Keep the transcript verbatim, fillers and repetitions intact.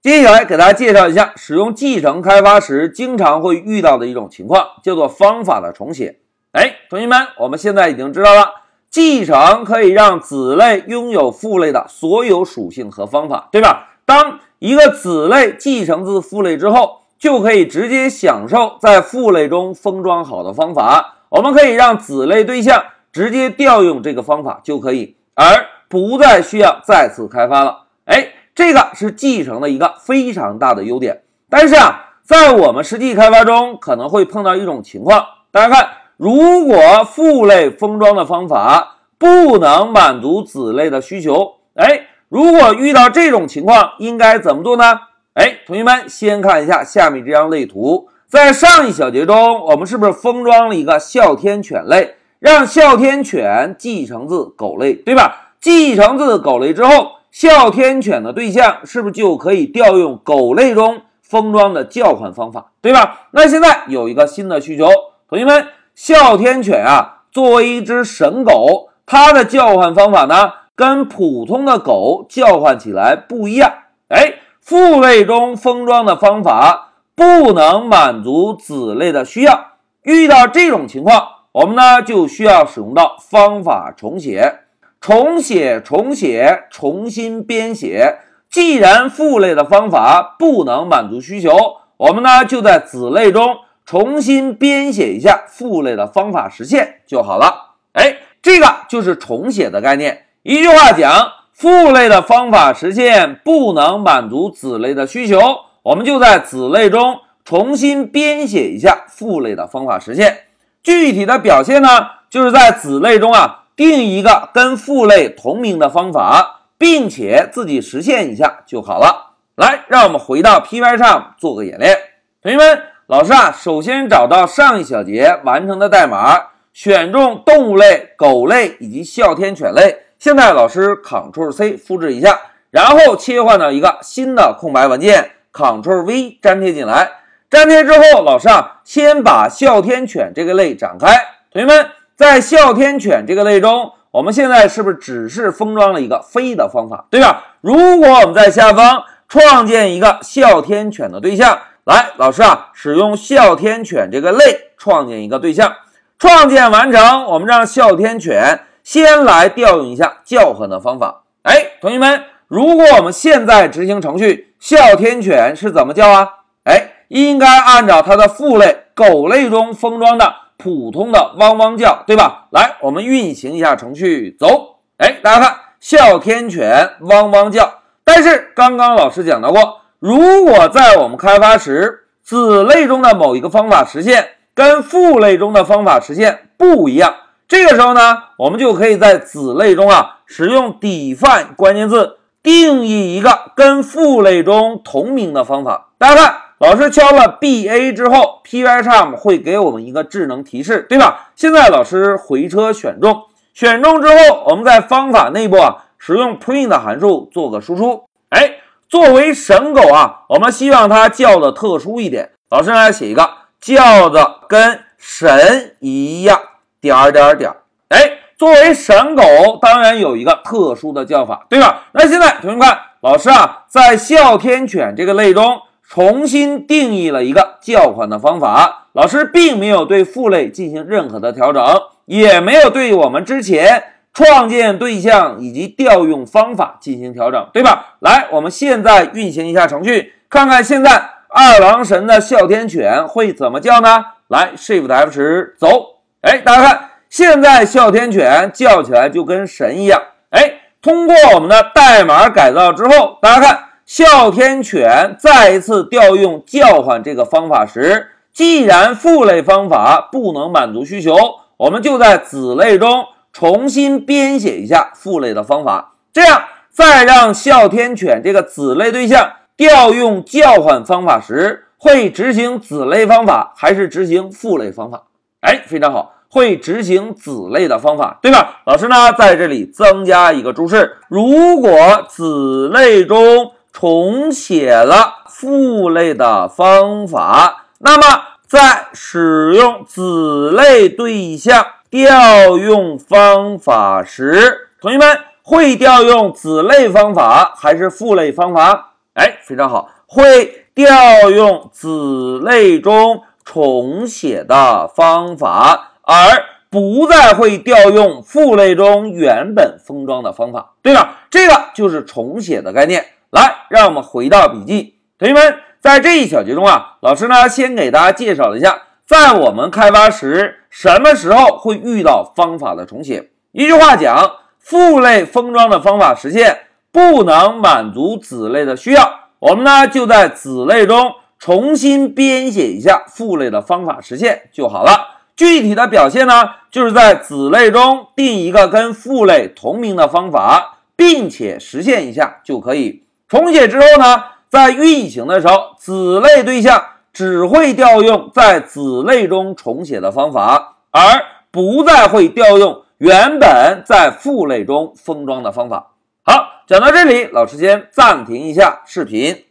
接下来给大家介绍一下使用继承开发时经常会遇到的一种情况，叫做方法的重写。哎，同学们，我们现在已经知道了，继承可以让子类拥有父类的所有属性和方法，对吧？当一个子类继承自父类之后，就可以直接享受在父类中封装好的方法，我们可以让子类对象直接调用这个方法就可以，而不再需要再次开发了。哎，这个是继承的一个非常大的优点。但是啊，在我们实际开发中可能会碰到一种情况，大家看，如果父类封装的方法不能满足子类的需求，哎，如果遇到这种情况应该怎么做呢？哎，同学们先看一下下面这张类图，在上一小节中我们是不是封装了一个哮天犬类，让哮天犬继承自狗类，对吧？继承自狗类之后，哮天犬的对象是不是就可以调用狗类中封装的叫唤方法，对吧？那现在有一个新的需求，同学们，哮天犬啊，作为一只神狗，它的叫唤方法呢，跟普通的狗叫唤起来不一样。哎，父类中封装的方法不能满足子类的需要，遇到这种情况，我们呢就需要使用到方法重写。重写重写重新编写，既然父类的方法不能满足需求，我们呢就在子类中重新编写一下父类的方法实现就好了。哎，这个就是重写的概念。一句话讲，父类的方法实现不能满足子类的需求，我们就在子类中重新编写一下父类的方法实现。具体的表现呢，就是在子类中啊定一个跟父类同名的方法，并且自己实现一下就好了。来，让我们回到 Pycharm 做个演练。同学们，老师啊，首先找到上一小节完成的代码，选中动物类、狗类以及哮天犬类。现在老师 Ctrl C 复制一下，然后切换到一个新的空白文件 Ctrl V 粘贴进来。粘贴之后，老师啊，先把哮天犬这个类展开。同学们，在哮天犬这个类中，我们现在是不是只是封装了一个非的方法，对吧？如果我们在下方创建一个哮天犬的对象，来，老师啊，使用哮天犬这个类创建一个对象，创建完成，我们让哮天犬先来调用一下叫唤的方法。哎，同学们，如果我们现在执行程序，哮天犬是怎么叫啊？哎，应该按照它的父类狗类中封装的普通的汪汪叫，对吧？来，我们运行一下程序，走。哎，大家看，哮天犬汪汪叫。但是刚刚老师讲到过，如果在我们开发时，子类中的某一个方法实现跟父类中的方法实现不一样，这个时候呢，我们就可以在子类中啊，使用 define 关键字定义一个跟父类中同名的方法。大家看，老师敲了 B A 之后 Pycharm 会给我们一个智能提示，对吧？现在老师回车选中，选中之后，我们在方法内部啊，使用 print 函数做个输出。哎，作为神狗啊，我们希望它叫的特殊一点，老师来写一个叫的跟神一样点点点。哎，作为神狗当然有一个特殊的叫法，对吧？那现在同学们看，老师啊在哮天犬这个类中重新定义了一个叫唤的方法，老师并没有对父类进行任何的调整，也没有对我们之前创建对象以及调用方法进行调整，对吧？来，我们现在运行一下程序，看看现在二郎神的哮天犬会怎么叫呢？来 Shift F 十 走。哎，大家看，现在哮天犬叫起来就跟神一样。哎，通过我们的代码改造之后，大家看，哮天犬再一次调用叫唤这个方法时，既然父类方法不能满足需求，我们就在子类中重新编写一下父类的方法，这样再让哮天犬这个子类对象调用叫唤方法时，会执行子类方法还是执行父类方法？哎，非常好，会执行子类的方法，对吧？老师呢在这里增加一个注释，如果子类中重写了父类的方法，那么在使用子类对象调用方法时，同学们会调用子类方法还是父类方法？哎，非常好， 会调用子类中重写的方法，而不再会调用父类中原本封装的方法。对了，这个就是重写的概念。来，让我们回到笔记。同学们，在这一小节中啊，老师呢先给大家介绍了一下，在我们开发时什么时候会遇到方法的重写。一句话讲，父类封装的方法实现不能满足子类的需要，我们呢就在子类中重新编写一下父类的方法实现就好了。具体的表现呢，就是在子类中定一个跟父类同名的方法，并且实现一下就可以。重写之后呢，在运行的时候，子类对象只会调用在子类中重写的方法，而不再会调用原本在父类中封装的方法。好，讲到这里，老师先暂停一下视频。